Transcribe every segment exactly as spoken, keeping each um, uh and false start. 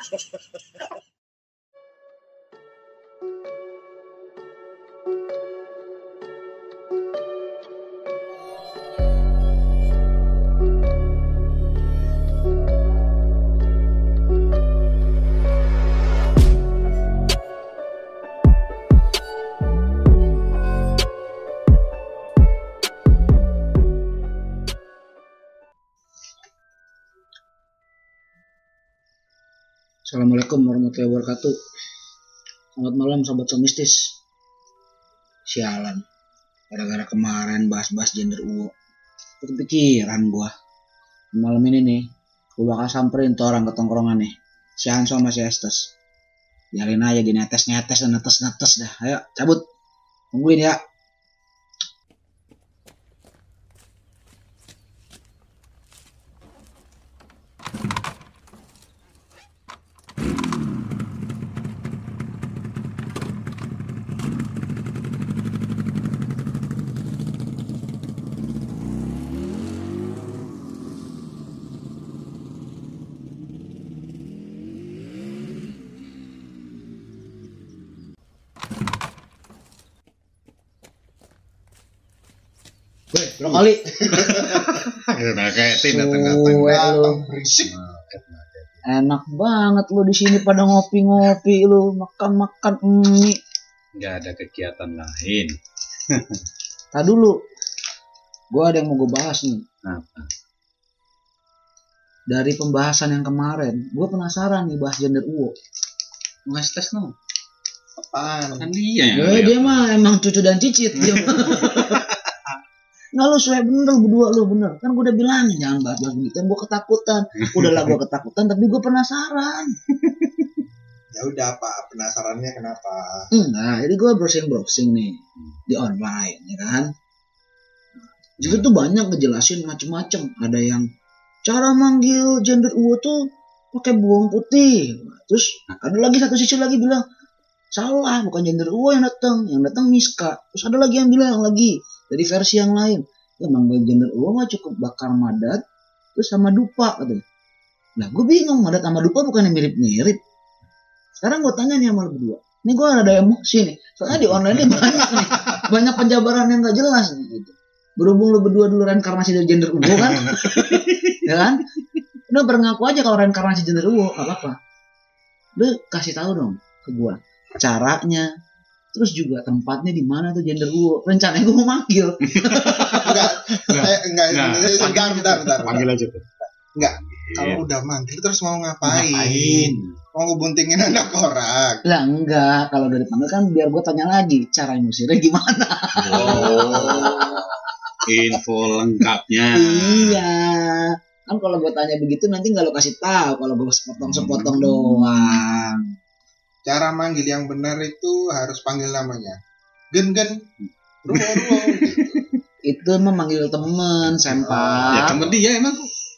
Assalamualaikum warahmatullahi wabarakatuh. Selamat malam sobat somistis. Sialan, gara-gara kemarin bahas-bahas gender uwo, kepikiran gua. Malam ini nih, gua bakal samperin tuh orang ke tongkrongan nih, si Hanso sama si Estes. Biarin aja gini netes-netes dan netes-netes dah. Ayo cabut, tungguin ya. Weh, brokoli. Udah kayak tin dateng-dateng. Berisik. Enak banget lu di sini pada ngopi-ngopi lu, makan-makan mie. Enggak ada kegiatan lain. Tadi dulu. Gua ada yang mau gue bahas nih. Apa? Dari pembahasan yang kemarin, gua penasaran nih bahas gender uwo. Ngasih tes no. Apaan? Kan dia yang. Ya, dia mah emang cucu dan cicit dia. Nggak, lu suwe bener berdua lu bener. Kan gue udah bilang jangan bahas-bahas begitu. Kan gue ketakutan. Udahlah gue ketakutan tapi gue penasaran. Ya udah, apa penasarannya kenapa? Enggak, jadi gue browsing-browsing nih di online, ya kan. Jadi tuh banyak ngejelasin macem-macem. Ada yang cara manggil gender uwo tuh pakai bawang putih. Terus ada lagi satu sisi lagi bilang salah, bukan gender uwo yang datang, yang datang Miska. Terus ada lagi yang bilang lagi dari versi yang lain, ya manggil gender uwo mah cukup bakar Madat terus sama Dupa katanya. Nah gue bingung, Madat sama Dupa bukannya mirip-mirip. Sekarang gue tanya nih sama lu berdua, ini gue ada emosi nih, soalnya di online ini banyak nih, banyak penjabaran yang gak jelas nih gitu. Berhubung lu berdua dulu reinkarnasi dari gender uwo kan, ya kan? Udah berngaku aja kalau reinkarnasi gender uwo, gak apa-apa. Lu kasih tahu dong ke gue caranya. Terus juga tempatnya di mana tuh gender uwo. Rencananya gue mau manggil. Enggak, enggak, enggak, bentar, bentar, bentar. Panggil aja tuh. Enggak. Kalau udah manggil terus mau ngapain? Ngapain? Mau ngebuntingin anak orang? Lah enggak, kalau udah dipanggil kan biar gue tanya lagi cara ngusirnya gimana. Oh, info lengkapnya. Iya. Kan kalau gue tanya begitu nanti nggak lo kasih tahu kalau gue sepotong-sepotong hmm. doang. Cara manggil yang benar itu harus panggil namanya. Gen gen. Ruo ruo. Itu memanggil temen, sempak. Ya temen dia emang.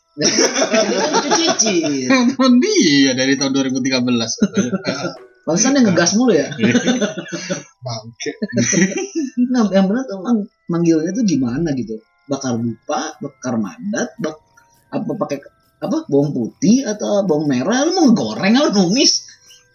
Itu cici. Temen dia dari tahun dua ribu tiga belas. Bangsan yang ngegas mulu ya. Bangke. Nah, yang benar tuh mang- manggilnya tuh gimana gitu? Bakar Dupa, bakar Madat, bak apa pakai apa? Bawang putih atau bawang merah? Lu mau ngegoreng atau numis?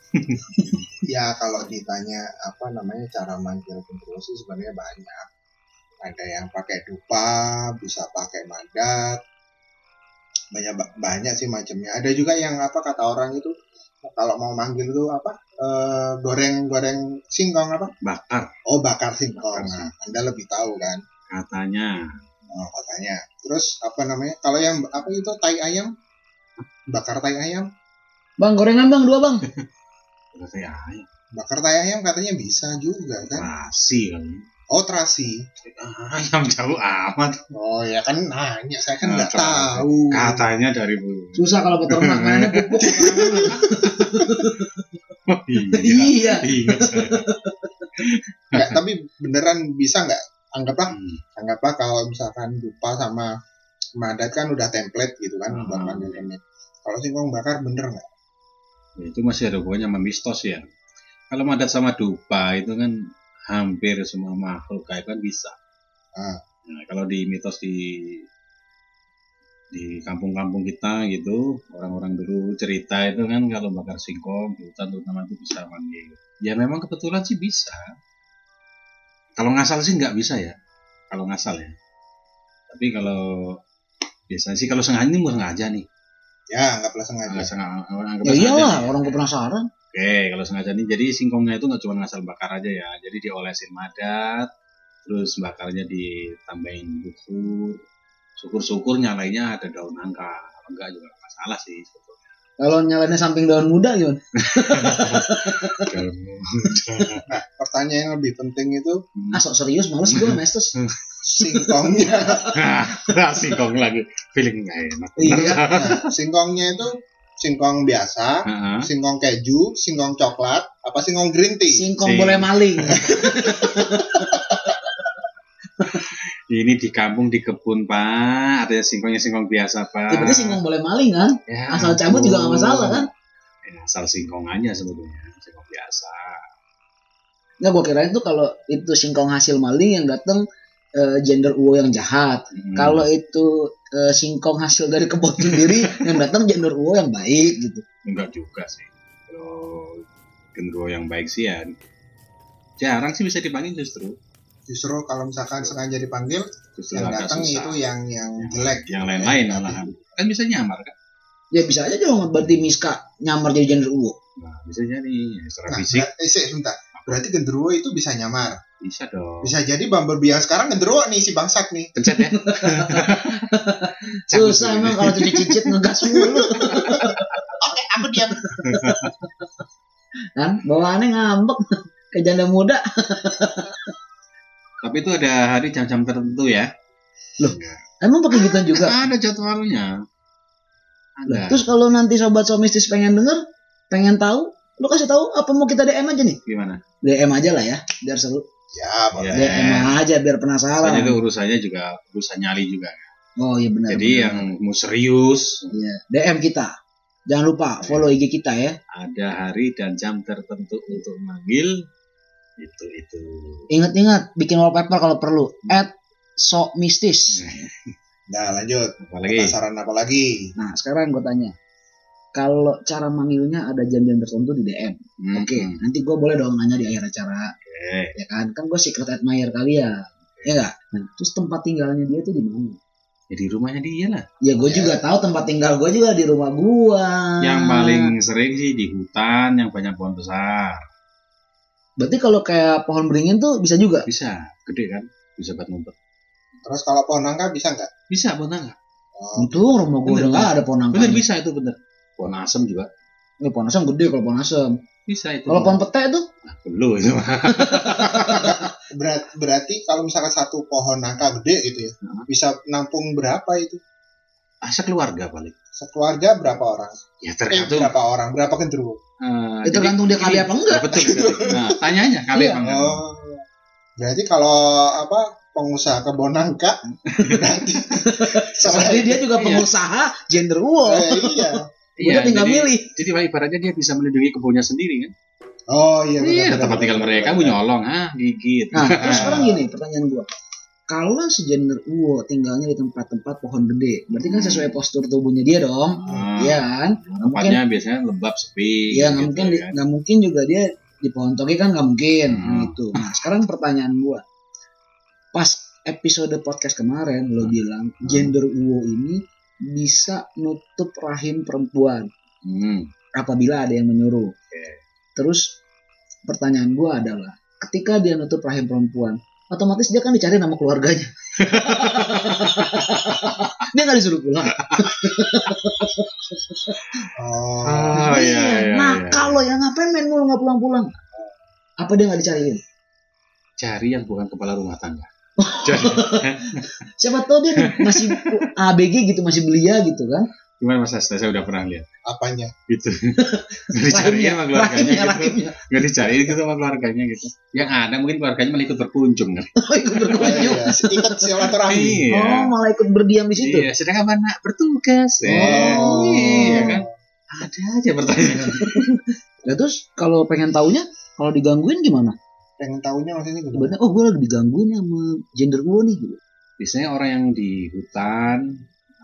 Ya kalau ditanya apa namanya cara manggil genderuwo sih sebenarnya banyak. Ada yang pakai Dupa, bisa pakai Madat. Banyak banyak sih macamnya. Ada juga yang apa kata orang itu kalau mau manggil itu apa? E, goreng-goreng singkong apa? Bakar. Oh, bakar singkong. Bakar singkong. Nah, Anda lebih tahu kan? Katanya. Oh, katanya. Terus apa namanya? Kalau yang apa itu tai ayam? Bakar tai ayam? Bang, gorengan bang, dua bang. Bakar ayam. Bakar tai ayam katanya bisa juga kan? Terasi kan. Oh, terasi. Ayam jauh amat. Oh ya kan nanya, saya kan nggak Nah, tahu. Katanya dari dulu. Susah kalau peternak mainnya pupuk. Oh, iya. Iya. Ingat saya. Nggak, tapi beneran bisa nggak? Anggaplah, Hmm. anggaplah kalau misalkan Dupa sama Madat kan udah template gitu kan Hmm. buat manggil ini. Kalau singkong bakar bener nggak? Ya, itu masih ada hubungannya sama mistos ya. Kalau Madat sama Dupa itu kan hampir semua makhluk gaib kan bisa. Ah. Nah, kalau di mitos di di kampung-kampung kita gitu, orang-orang dulu cerita itu kan kalau bakar singkong di hutan terutama itu bisa manggil. Ya memang kebetulan sih bisa. Kalau ngasal sih nggak bisa ya. Kalau ngasal ya. Tapi kalau biasanya sih kalau sengaja ini mau sengaja nih. Ya, anggaplah sengaja. Nggak sengaja. Ya iyalah, orang gue penasaran. Oke, kalau sengaja nih, jadi singkongnya itu nggak cuma ngasal bakar aja ya. Jadi diolesin madat, terus bakarnya ditambahin bubur. Syukur-syukur nyalainya ada daun nangka. Kalau enggak juga nggak masalah sih sebetulnya. Kalau nyalainnya samping daun muda gimana? Nah, pertanyaan yang lebih penting itu Ah, sok serius, males gue mestes. singkongnya. Nah, singkong lagi, feeling nggak enak. Iya. Nah, singkongnya itu singkong biasa, Heeh. singkong keju, singkong coklat, apa singkong green tea? Singkong Sing- boleh maling. Ini di kampung di kebun pak, ada singkongnya singkong biasa pak. Ya, berarti singkong boleh maling kan? Ya, Asal cabut juga nggak masalah kan? Ya, asal singkong aja sebetulnya, singkong biasa. Nggak, gue kirain tuh kalau itu singkong hasil maling yang datang eh, gender uwo yang jahat. Hmm. Kalau itu eh, singkong hasil dari kebun sendiri yang datang gender uwo yang baik gitu. Enggak juga sih. Kalau genderuwo yang baik sih ya jarang sih bisa dipanggil justru. Justru kalau misalkan sengaja dipanggil, Justru yang agak datang susah. itu yang yang jelek. Yang lain-lain malahan. Kan bisa nyamar kan? Ya bisa aja dong berarti Miska nyamar jadi gender uwo. Nah, bisa jadi ya, secara Nah, fisik ber- eh, sih, sebentar. Berarti genderuwo itu bisa nyamar. bisa dong. Bisa jadi Bumblebee yang sekarang genderuwo nih si bangsat nih. Pencet ya. Susah emang kalau cicit-cicit ngegas mulu. Oke, aku diam. Kan bawaannya ngambek ke janda muda. Tapi itu ada hari jam-jam tertentu ya. Loh, Enggak. emang pakai gituan juga. Ada jadwalnya. Lah, Ada. terus kalau nanti sobat somistis pengen denger, pengen tahu, lu kasih tahu apa mau kita D M aja nih? Gimana? D M aja lah ya, biar seru. Ya, boleh. Ya. D M aja biar penasaran. Soalnya itu urusannya juga urusan nyali juga. Oh iya benar. Jadi benar. yang mau serius Iya, D M kita. Jangan lupa follow I G kita ya. ada hari dan jam tertentu untuk manggil itu itu. Ingat-ingat bikin wallpaper kalau perlu. At so mistis. Nah, lanjut. Apalagi Penasaran apa lagi? Nah sekarang gue tanya, kalau cara manggilnya ada jam-jam tertentu di D M. Hmm, Oke, hmm. nanti gue boleh dong nanya di akhir acara, Oke. ya kan? Kan gue secret admirer kalian, ya nggak? Nah, terus tempat tinggalnya dia tuh di mana? Ya di rumahnya dia lah. Ya gue Ya. juga tahu tempat tinggal gue juga di rumah gue. Yang paling sering sih di hutan yang banyak pohon besar. Berarti kalau kayak pohon beringin tuh bisa juga. Bisa, gede kan? Bisa buat ngumpet. Terus kalau pohon nangka bisa nggak? Bisa pohon nangka. Oh, Untung rumah gue Bener, udah nggak ada pohon nangka. Bener bisa itu bener. Pohon asem juga Ini pohon asam gede kalau pohon asam. bisa itu. Kalau pohon pete tuh Nah, belum itu mah. berat- berarti kalau misalkan satu pohon nangka gede gitu ya, Nah. bisa nampung berapa itu? Asa keluarga paling. Sekeluarga berapa orang? Ya Eh, tergantung. berapa orang? Berapa genderuwo? eh, itu tergantung dia kali jadi- apa enggak. Ya, betul, betul. Nah, tanya aja kali Iya. apa enggak. Oh, berarti kalau apa pengusaha kebun nangka berarti Soalnya dia juga Iya. pengusaha gender uwo. Eh, iya. Udah tinggal jadi, milih. Jadi wah, ibaratnya dia bisa melindungi kebunnya sendiri kan. Oh iya. Iya, benar, tempat benar, tinggal benar, mereka benar. bu nyolong, ah gigit. Nah, terus sekarang gini pertanyaan gua. Kalau si gender uwo tinggalnya di tempat-tempat pohon gede, berarti kan sesuai postur tubuhnya dia dong. Ah, Iya kan? Nggak mungkin. tempatnya biasanya lembab sepi. Iya nggak gitu mungkin, di- kan. nggak mungkin juga dia di pohon toge kan nggak mungkin Hmm. gitu. Nah sekarang pertanyaan gua, pas episode podcast kemarin lo bilang gender uwo ini bisa nutup rahim perempuan Hmm. apabila ada yang menyuruh. Terus pertanyaan gua adalah, ketika dia nutup rahim perempuan, otomatis dia kan dicari nama keluarganya. Dia nggak disuruh pulang. Oh. Oh iya, iya, Nah iya. kalau yang ngapain main mulu nggak pulang-pulang? Apa dia nggak dicariin? Cari yang bukan kepala rumah tangga. Jadi, Siapa tahu dia masih A B G gitu, masih belia gitu kan? gimana Mas Asta? Saya udah pernah lihat. Apanya? Gitu. Nggak dicariin sama keluarganya rahimnya, gitu. rahimnya. Nggak dicariin gitu sama keluarganya gitu. Yang ada mungkin keluarganya malah ikut berkunjung kan. Oh, ikut Oh, berkunjung. iya. Ikut silaturahmi. Iya. Oh, malah ikut berdiam di situ. Iya, sedangkan mana bertugas. Eh, Oh. Iya kan. Ada aja pertanyaan. Nah, terus kalau pengen taunya, kalau digangguin gimana? Pengen tahunya maksudnya gimana? Sebenarnya, oh gue lagi digangguin sama gender gue nih. Gitu. Biasanya orang yang di hutan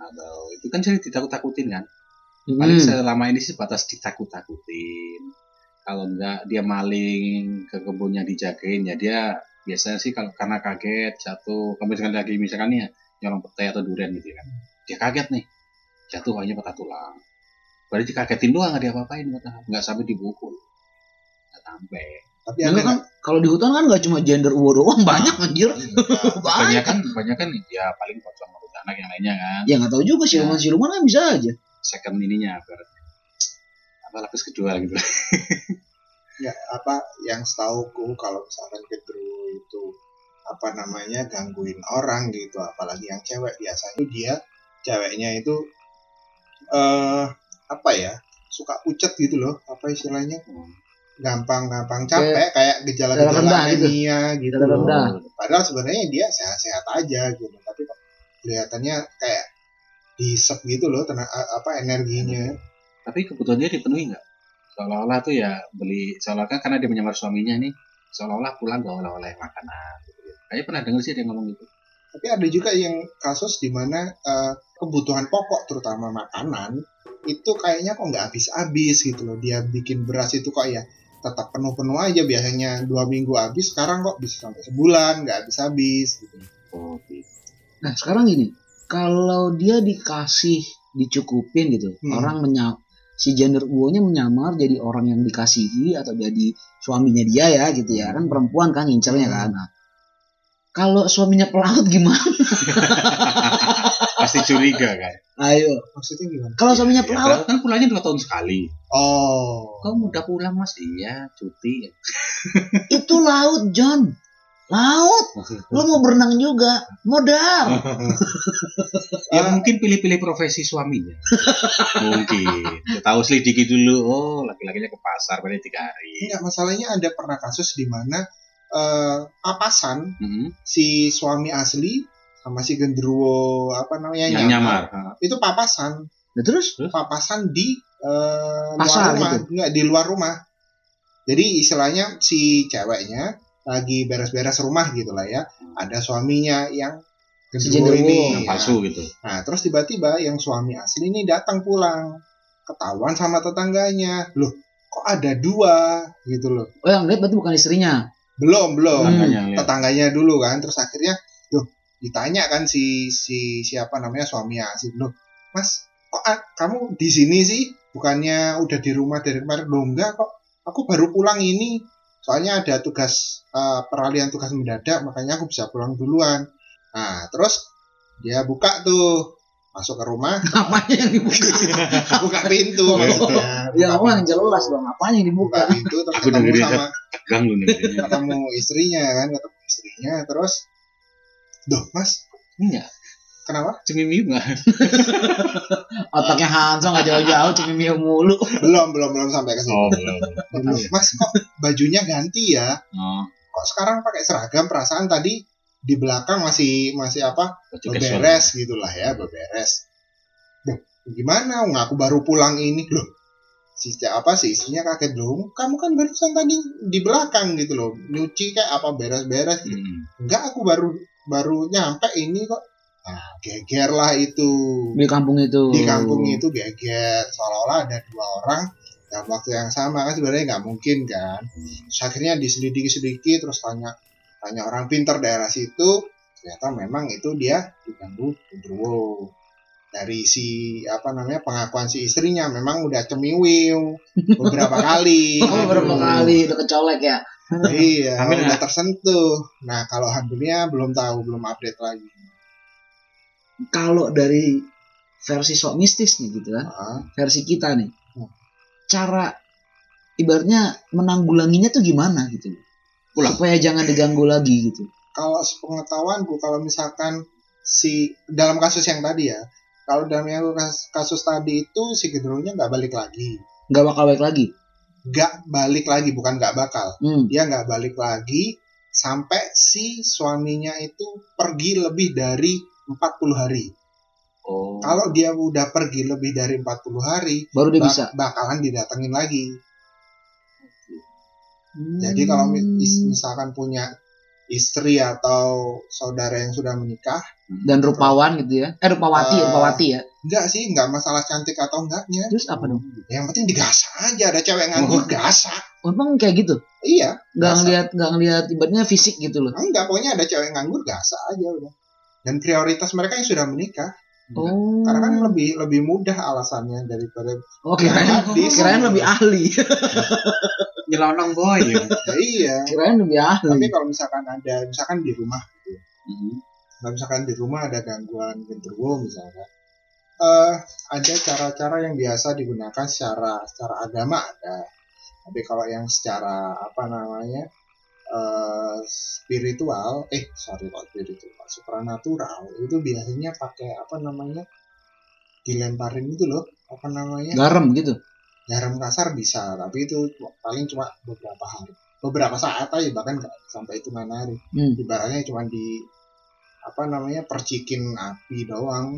Atau itu kan jadi ditakut-takutin kan. Paling Hmm. selama ini sih batas ditakut-takutin. Kalau enggak dia maling ke kebunnya dijagain ya dia biasanya sih kalau karena kaget jatuh kemudian lagi misalkan ya nyolong petai atau durian gitu kan. Dia kaget nih. Jatuh hanya patah tulang. Berarti dikagetin doang nggak diapa-apain nggak sampai dipukul. Nggak sampai. Tapi Ya, ada kan kalau di hutan kan nggak cuma gender uwo doang, banyak anjir. nggak? Banyak. Kebanyakan kebanyakan ya paling pocong anak yang lainnya kan. Ya nggak tahu juga siluman-siluman kan bisa aja. Second ininya berarti apa lapis kedua gitu. Ya apa yang setauku kalau misalkan gendruwo itu apa namanya gangguin orang gitu, apalagi yang cewek biasanya dia ceweknya itu eh apa ya suka pucet gitu loh, apa istilahnya gampang-gampang capek kayak gejala-gejala darah rendah gitu. anemia gitu Darah loh. rendah. Padahal sebenarnya dia sehat-sehat aja gitu, tapi kok kelihatannya kayak disep gitu loh tenaga apa energinya. Tapi kebutuhannya dipenuhi nggak? Seolah-olah tuh ya beli seolah kan karena dia menyamar suaminya nih seolah-olah pulang bawa oleh-oleh makanan gitu. Kayaknya pernah denger sih dia ngomong gitu. Tapi ada juga yang kasus di mana eh, kebutuhan pokok terutama makanan itu kayaknya kok nggak habis-habis gitu loh. Dia bikin beras itu kok ya tetap penuh-penuh aja, biasanya dua minggu habis, sekarang kok bisa sampai sebulan nggak habis-habis gitu. Oh gitu. Nah sekarang gini, kalau dia dikasih dicukupin gitu, Hmm. orang menyam si gender uwonya menyamar jadi orang yang dikasihi atau jadi suaminya dia ya gitu ya kan perempuan kan ngincernya Hmm. kan. Nah, kalau suaminya pelaut gimana? Pasti curiga kan. Ayo, Maksudnya gimana? kalau suaminya Ya, pelaut, padahal kan pulangnya dua tahun sekali. Oh, Kamu udah pulang mas? Iya, cuti. itu laut John, laut. Lo mau berenang juga, modal. Ya mungkin pilih-pilih profesi suaminya. Mungkin. Ya, tahu selidiki dulu. Oh, laki-lakinya ke pasar pada tiga hari. enggak, masalahnya ada pernah kasus di mana eh, papasan Mhm. si suami asli sama si gendruwo apa namanya Yang nyamar. itu papasan Nah, terus papasan di eh, Pasar luar rumah gitu? enggak di luar rumah, jadi istilahnya si ceweknya lagi beres-beres rumah gitulah ya, ada suaminya yang Si gendruwo gendruwo. ini Yang ya. palsu gitu. Nah terus tiba-tiba yang suami asli ini datang pulang, ketahuan sama tetangganya, loh kok ada dua gitu loh, oh yang lihat berarti bukan istrinya. belum belum Hmm. Tetangganya lihat. tetangganya dulu kan, terus akhirnya loh ditanya kan si si siapa namanya suami asli, loh mas kok a- kamu di sini sih, bukannya udah di rumah dari kemarin? Loh enggak kok, aku baru pulang ini, soalnya ada tugas eh, peralihan tugas mendadak, makanya aku bisa pulang duluan. Nah terus dia buka tuh, masuk ke rumah, Apanya yang dibuka? buka pintu Oh, maksudnya. Ya Buka Allah yang jelas dong, apanya yang buka dibuka? pintu terus Aku ketemu dengerin sama Gang lu nih. ketemu istrinya kan, ketemu istrinya terus, doh mas Enggak. kenapa? Cemimi enggak? Otaknya Hanso nggak jauh-jauh, cuma mio mulu. belum belum belum sampai ke situ. Oh, belum. Mas kok bajunya ganti ya, Oh, kok sekarang pakai seragam, perasaan tadi di belakang masih masih apa baju casual. beberes gitulah ya, beberes. Duh, gimana? Wong aku baru pulang ini loh. Si apa sih istrinya kaget, loh kamu kan barusan tadi di belakang gitu loh, nyuci kayak apa beres-beres gitu. Hmm. Enggak, aku baru baru nyampe ini kok. Nah geger lah itu Di kampung itu. di kampung itu, geger seolah-olah ada dua orang dalam waktu yang sama, kan sebenarnya nggak mungkin kan. Terus akhirnya diselidiki-selidiki, terus tanya tanya orang pintar daerah situ, ternyata memang itu dia diganggu gendruwo. Dari si apa namanya pengakuan si istrinya memang udah cemiwiu beberapa kali. Oh, beberapa kali udah kecolek ya. Iya, Hamil udah nggak? tersentuh. Nah kalau hamilnya belum tahu, belum update lagi. Kalau dari versi sok mistis nih gitu kan, Nah, versi kita nih, Hmm. cara ibaratnya menanggulanginya tuh gimana gitu, Pulang. supaya jangan diganggu lagi gitu. kalau sepengetahuanku kalau misalkan si dalam kasus yang tadi ya, kalau dalam yang kasus, kasus tadi itu si gendruwonya nggak balik lagi, Nggak bakal baik lagi. nggak balik lagi, bukan nggak bakal, Hmm. dia nggak balik lagi sampai si suaminya itu pergi lebih dari empat puluh hari. Oh. Kalau dia udah pergi lebih dari empat puluh hari, Baru dia bak- bisa. bakalan didatengin lagi. Hmm. Jadi kalau mi- is- misalkan punya istri atau saudara yang sudah menikah Dan rupawan gitu ya. Eh rupawati, Uh, rupawati ya. enggak sih, enggak masalah cantik atau enggaknya, Terus apa dong? yang penting digasak aja. Ada cewek nganggur gasak, Oh, emang kayak gitu? iya, Nggak gasak. ngeliat, nggak ngeliat ibaratnya fisik gitu loh. Enggak, pokoknya ada cewek nganggur gasak aja udah. Dan prioritas mereka yang sudah menikah, Oh. karena kan lebih lebih mudah alasannya daripada Oh, kirain, Hadis. kirain lebih ahli. Nyelonong boy ya. ya, iya. Kirain lebih Tapi ahli. kalau misalkan ada, misalkan di rumah gitu, Mhm. nah, misalkan di rumah ada gangguan genderuwo misalkan, eh ada cara-cara yang biasa digunakan secara secara agama ada. Tapi kalau yang secara apa namanya eh spiritual, eh sorry kok spiritual, supranatural itu biasanya pakai apa namanya dilemparin itu loh, apa namanya Garam gitu. garam kasar bisa, tapi itu paling cuma beberapa hari, beberapa saat aja, bahkan nggak sampai hitungan hari. Hmm. Ibaratnya cuma di apa namanya percikin api doang.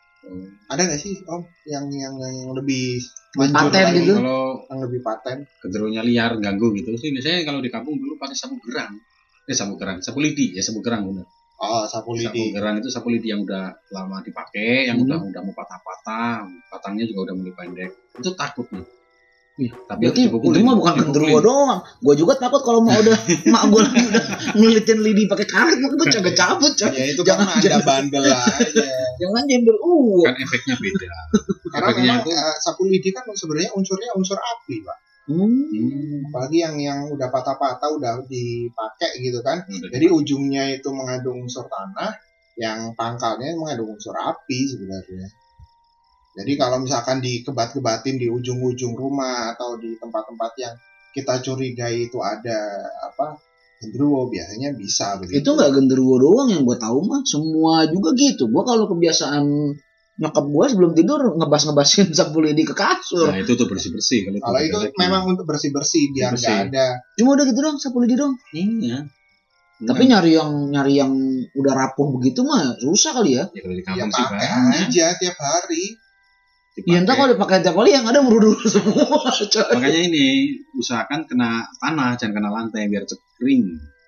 Ada nggak sih om yang yang, yang lebih manjur Paten lagi, gitu? Kalau yang lebih paten? genderuwonya liar ganggu gitu sih, biasanya kalau di kampung dulu pakai sapu gerang. Eh sapu gerang, sapu lidi ya, sapu gerang bener. Oh, sapu Sapu lidi. gerang itu sapu lidi yang udah lama dipakai, yang Hmm. udah udah mau patah-patah, batangnya juga udah mulai pendek. Itu takut nih. Iya. Tapi Berarti harus dipukulin, itu mah bukan dipukulin. genderuwo doang. Gue juga takut kalau mau udah mak gue lagi udah ngelitin lidi pakai karet, mak gue kagak cabut coy. Ya itu Jangan- karena anda jangan- bandel aja. Jangan genderuwo. Kan efeknya beda. Karena Efeknya memang itu eh, sapu lidi kan sebenarnya unsurnya unsur api, Pak. Hmm. hmm, Apalagi yang yang udah patah-patah udah dipakai gitu kan. udah Jadi ujungnya itu mengandung unsur tanah, yang pangkalnya mengandung unsur api sebenarnya. Jadi kalau misalkan dikebat-kebatin di ujung-ujung rumah atau di tempat-tempat yang kita curigai itu ada apa genderuwo, biasanya bisa begitu. Itu nggak genderuwo doang yang gue tahu mah, semua juga gitu. Gue kalau kebiasaan nyokap gue sebelum tidur ngebas-ngebasin sapu lidi ke kasur. Nah itu tuh bersih-bersih kalau itu. Kalau itu beda lagi. memang untuk bersih-bersih biar Bersih. nggak ada. Cuma udah gitu dong, sapu lidi dong. Iya. Tapi nyari yang nyari yang udah rapuh begitu mah susah kali ya. ya kalau di Ya kampung sih pakai banyak. aja tiap hari. Dipakai. Ya entah kalau dipakai tiap kali yang ada merudul semua. Coy. Makanya ini usahakan kena tanah, jangan kena lantai biar cepet kering.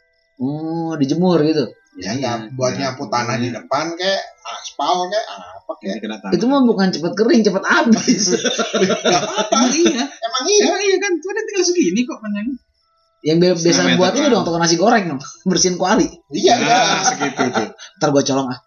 Oh, dijemur gitu. Ya Iya, nggak buat iya. nyapu tanah di depan kayak aspal kayak apa Ini kayak. kena tanah. Itu mah bukan cepat kering, cepat habis. Emang iya. Emang iya. Emang iya kan, cuma dia tinggal segini kok panjang. Yang bi- biasa Setengah buat meter ini lah. dong, tukang nasi goreng dong. Bersihin kuali. Iya ya. Nah, segitu tuh. Ntar gue colong ah.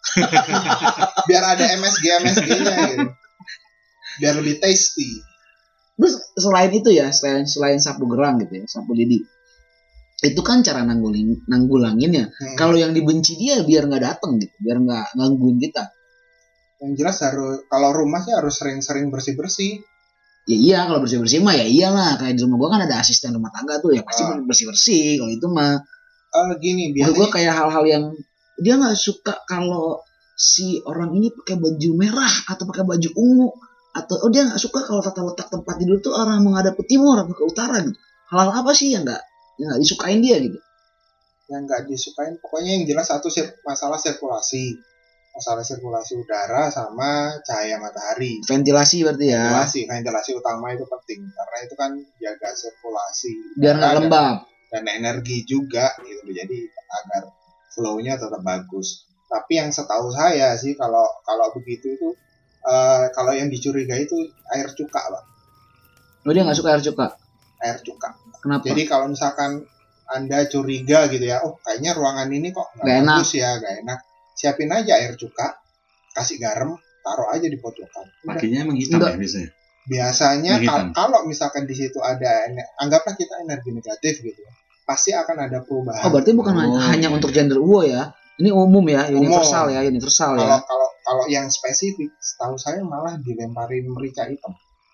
Biar ada M S G M S G-nya gitu. Biar lebih tasty. Terus selain itu ya, selain selain sapu gerang gitu ya, sapu lidi. Itu kan cara nanggulin nanggulanginnya. Hmm. Kalau yang dibenci dia biar nggak dateng gitu, biar nggak gangguin kita. Yang jelas harus kalau rumah sih harus sering-sering bersih-bersih. Ya iya, kalau bersih bersih mah ya iyalah. Kayak di rumah gua kan ada asisten rumah tangga tuh, ya pasti Ah. bersih bersih. Kalau itu mah, Eh gini menurut gua biasanya kayak hal-hal yang dia nggak suka kalau si orang ini pakai baju merah atau pakai baju ungu, atau oh dia nggak suka kalau tata letak tempat tidur tuh arah menghadap ke timur atau ke utara gitu. Hal-hal apa sih yang nggak yang nggak disukain dia gitu? yang nggak disukain pokoknya yang jelas satu sir- masalah sirkulasi. Masalah sirkulasi udara sama cahaya matahari. Ventilasi berarti ya, Ventilasi, ventilasi utama itu penting karena itu kan jaga sirkulasi biar nggak udara lembab. dan energi juga gitu. Jadi agar flow-nya tetap bagus. Tapi yang setahu saya sih kalau kalau begitu itu eh, kalau yang dicurigai itu air cuka, Pak. Oh dia nggak suka air cuka. Air cuka. Kenapa? Jadi kalau misalkan Anda curiga gitu ya, oh kayaknya ruangan ini kok nggak Nggak enak. bagus ya, nggak enak. Siapin aja air cuka, kasih garam, taruh aja di pojokan. Udah. Paginya emang hitam Enggak. ya biasanya. Biasanya Yang kal- hitam. kalau misalkan di situ ada ener- anggaplah kita energi negatif gitu ya, pasti akan ada perubahan. Oh berarti bukan Oh, hanya iya. untuk gender uwo ya? Ini umum ya, Umum. universal ya, universal Kalau ya. kalau kalau yang spesifik, setahu saya malah dilemparin merica hitam.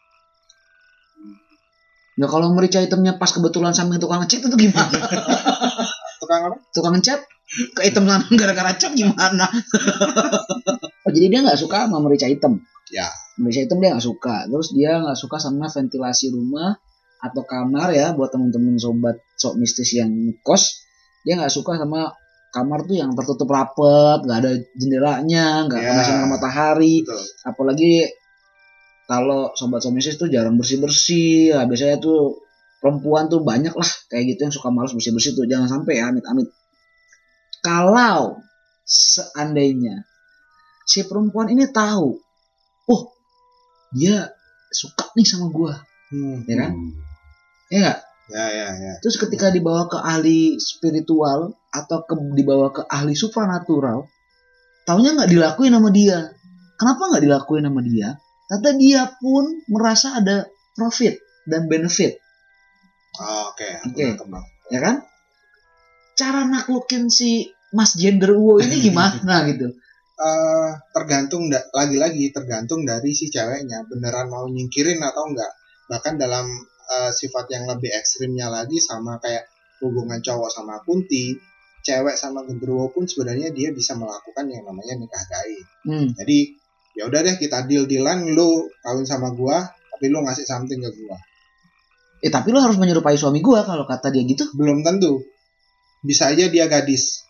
Nah kalau merica hitamnya pas kebetulan samping tukang ngecat itu gimana? Tukang apa? Tukang ngecat ke hitam sana gara-gara cat gimana? Oh jadi dia nggak suka sama merica hitam. Ya. Merica hitam dia nggak suka. Terus dia nggak suka sama ventilasi rumah atau kamar ya, buat temen-temen sobat sok mistis yang kos. Dia nggak suka sama kamar tuh yang tertutup rapet, nggak ada jendelanya, nggak Ya. kena sinar matahari. Betul. Apalagi kalau sobat sok mistis tuh jarang bersih-bersih. Ya, biasanya tuh perempuan tuh banyak lah kayak gitu yang suka malas bersih-bersih tuh. Jangan sampai ya, amit-amit. Kalau seandainya si perempuan ini tahu, oh dia suka nih sama gue, Hmm. ya kan? Hmm. Ya nggak? Ya ya ya. Terus ketika dibawa ke ahli spiritual atau ke, dibawa ke ahli supranatural, taunya nggak dilakuin sama dia. Kenapa nggak dilakuin sama dia? Karena dia pun merasa ada profit dan benefit, Oh, Oke. Oke. Kembang. ya kan? Cara naklukin si Mas Genderuwo ini gimana gitu? Eh, tergantung da- lagi-lagi tergantung dari si ceweknya beneran mau nyingkirin atau enggak. Bahkan dalam eh, sifat yang lebih ekstrimnya lagi sama kayak hubungan cowok sama Kunti, cewek sama Genderuwo pun sebenarnya dia bisa melakukan yang namanya nikah gaib. Hmm. Jadi ya udah deh kita deal-dealan, lu kawin sama gua tapi lu ngasih something ke gua. Eh tapi lo harus menyerupai suami gua kalau kata dia gitu. Belum tentu. Bisa aja dia gadis.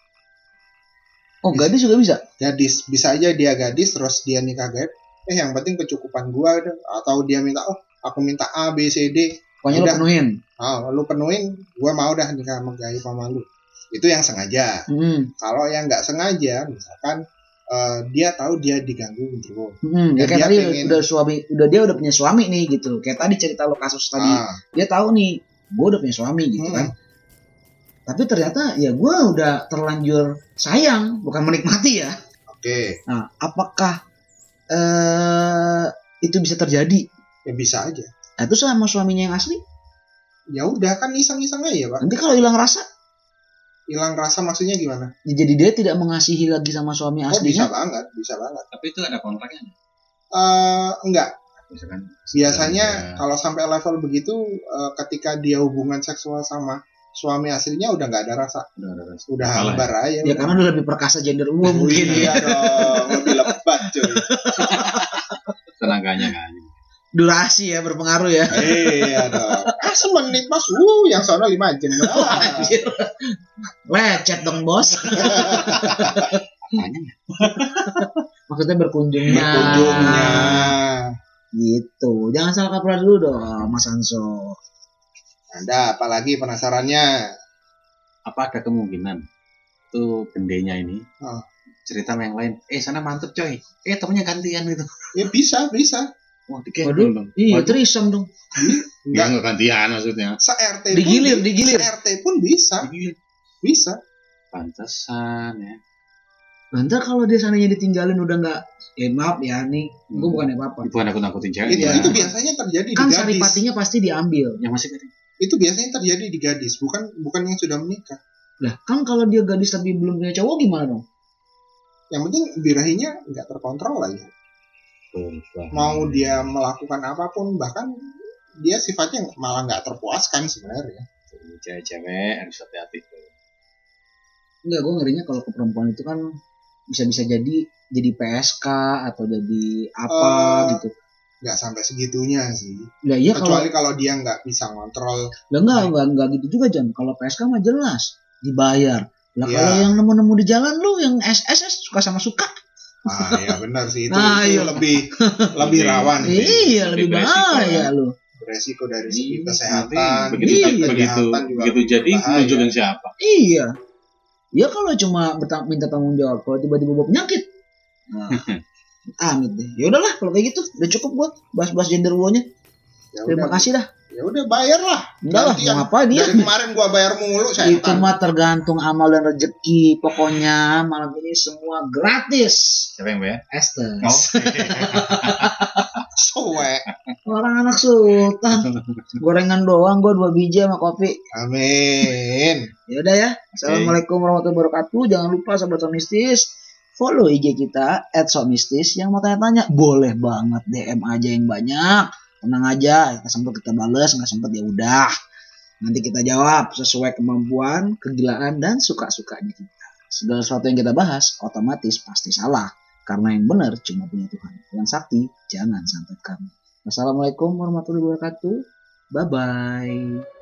Oh gadis juga bisa. Gadis, bisa aja dia gadis terus dia nikah gaib. Eh yang penting kecukupan gua deh. Atau dia minta, oh aku minta A, B, C, D. Pokoknya lo Udah. penuhin. Oh, lu penuhin, gua mau dah nikah sama gaib sama lu. Itu yang sengaja. Hmm. Kalau yang nggak sengaja, misalkan eh, dia tahu dia diganggu genderuwo. Hmm. Ya Dan kayak dia tadi pengen- udah suami, udah dia udah punya suami nih gitu. Kayak tadi cerita lo kasus tadi. Ah, Dia tahu nih, gue udah punya suami gitu Hmm. kan. Tapi ternyata ya gue udah terlanjur sayang, bukan menikmati ya. Oke, Nah, apakah eh itu bisa terjadi? ya bisa aja. Nah, itu sama suaminya yang asli. Ya udah kan iseng-iseng aja pak. Nanti kalau hilang rasa, Hilang rasa maksudnya gimana? ya jadi dia tidak mengasihi lagi sama suami Oh bisa aslinya. banget, bisa banget. Tapi itu ada kontraknya. Eh enggak. Misalkan Biasanya ya, kalau sampai level begitu, eh, ketika dia hubungan seksual sama suami aslinya udah nggak ada rasa, udah ada rasa. udah Kalah hambar aja. Ya karena udah lebih perkasa gender umum mungkin Iya ya. dong, lebih lebat cuy. tenaganya kan. Durasi ya berpengaruh ya. Iya dong. Ah semenit mas, uh yang sono lima jam. Ah. Anjir. Lecet dong bos. Apanya? Maksudnya berkunjungnya. Berkunjungnya. Gitu. Jangan salah kaprah dulu dong Mas Anso. Ada apalagi penasarannya? Apa ada kemungkinan tuh gendenya ini Oh. cerita sama yang lain? Eh sana mantep coy. Eh temennya gantian gitu. Ya bisa, bisa. Wah dikendel Waduh. dong. Iya, Waduh. trisam dong. Enggak Enggak. enggak gantian maksudnya. Se-R T pun Digilir, bi- digilir. Se-R T pun bisa, Gila. bisa. Pantesan ya. Nanti kalau dia sananya ditinggalin udah nggak, eh maaf ya nih, gue Hmm. bukan apa-apa. Itu ada nakut-nakutin cewek. Itu Iya. itu biasanya terjadi Kan di gadis. saripatinya pasti diambil. Yang masih gadis. Itu biasanya terjadi di gadis, bukan bukan yang sudah menikah. Lah kan kalau dia gadis tapi belum punya cowok gimana dong? Yang penting birahinya nggak terkontrol lah ya. Tuh, wah. Mau dia melakukan apapun, bahkan dia sifatnya malah nggak terpuaskan sebenarnya. Tuh, cewek-cewek harus hati-hati tuh. Enggak, gue ngerinya kalau ke perempuan itu kan bisa-bisa jadi jadi P S K atau jadi apa Eh, gitu. Nggak sampai segitunya sih. Lah iya kalau Kecuali kalau dia nggak bisa ngontrol. lah enggak, enggak enggak gitu juga Jan. Kalau P S K mah jelas dibayar. Lah Iya. kalau yang nemu-nemu di jalan lu yang S S S suka sama suka. Ah ya benar sih itu, Nah, itu iya. lebih lebih rawan sih. Iya, lebih Lebih beresiko, bahaya lu. Resiko dari segi Iya, kesehatan. nanti begitu Iya. begitu Kejahatan juga begitu jadi berbahaya. nunjukin siapa? Iya. Ya kalau cuma bertang- minta tanggung jawab, kalau tiba-tiba bawa penyakit. Nah, amit deh. Ya udahlah kalau kayak gitu, udah cukup gua bahas-bahas gender war-nya. Ya Terima udah, kasih dah. ya udah bayar lah. Enggak lah, Gantian. mau apa dia? Dari kemarin gua bayar mulu Itu setan. mah tergantung amal dan rezeki. Pokoknya malam ini semua gratis. Siapa yang bayar? Esther. Oh. Suwe. Orang anak sultan. Gorengan doang gua dua biji sama kopi. Amin. Ya udah ya. Assalamualaikum warahmatullahi wabarakatuh. Jangan lupa sobat Somistis follow I G kita at somistis. Yang mau tanya-tanya boleh banget D M aja yang banyak. Tenang aja, kita sempet kita bales, nggak sempet ya udah. Nanti kita jawab sesuai kemampuan, kegilaan dan suka-sukanya kita. Segala sesuatu yang kita bahas otomatis pasti salah karena yang benar cuma punya Tuhan. Yang sakti jangan sampai kami. Wassalamualaikum warahmatullahi wabarakatuh. Bye bye.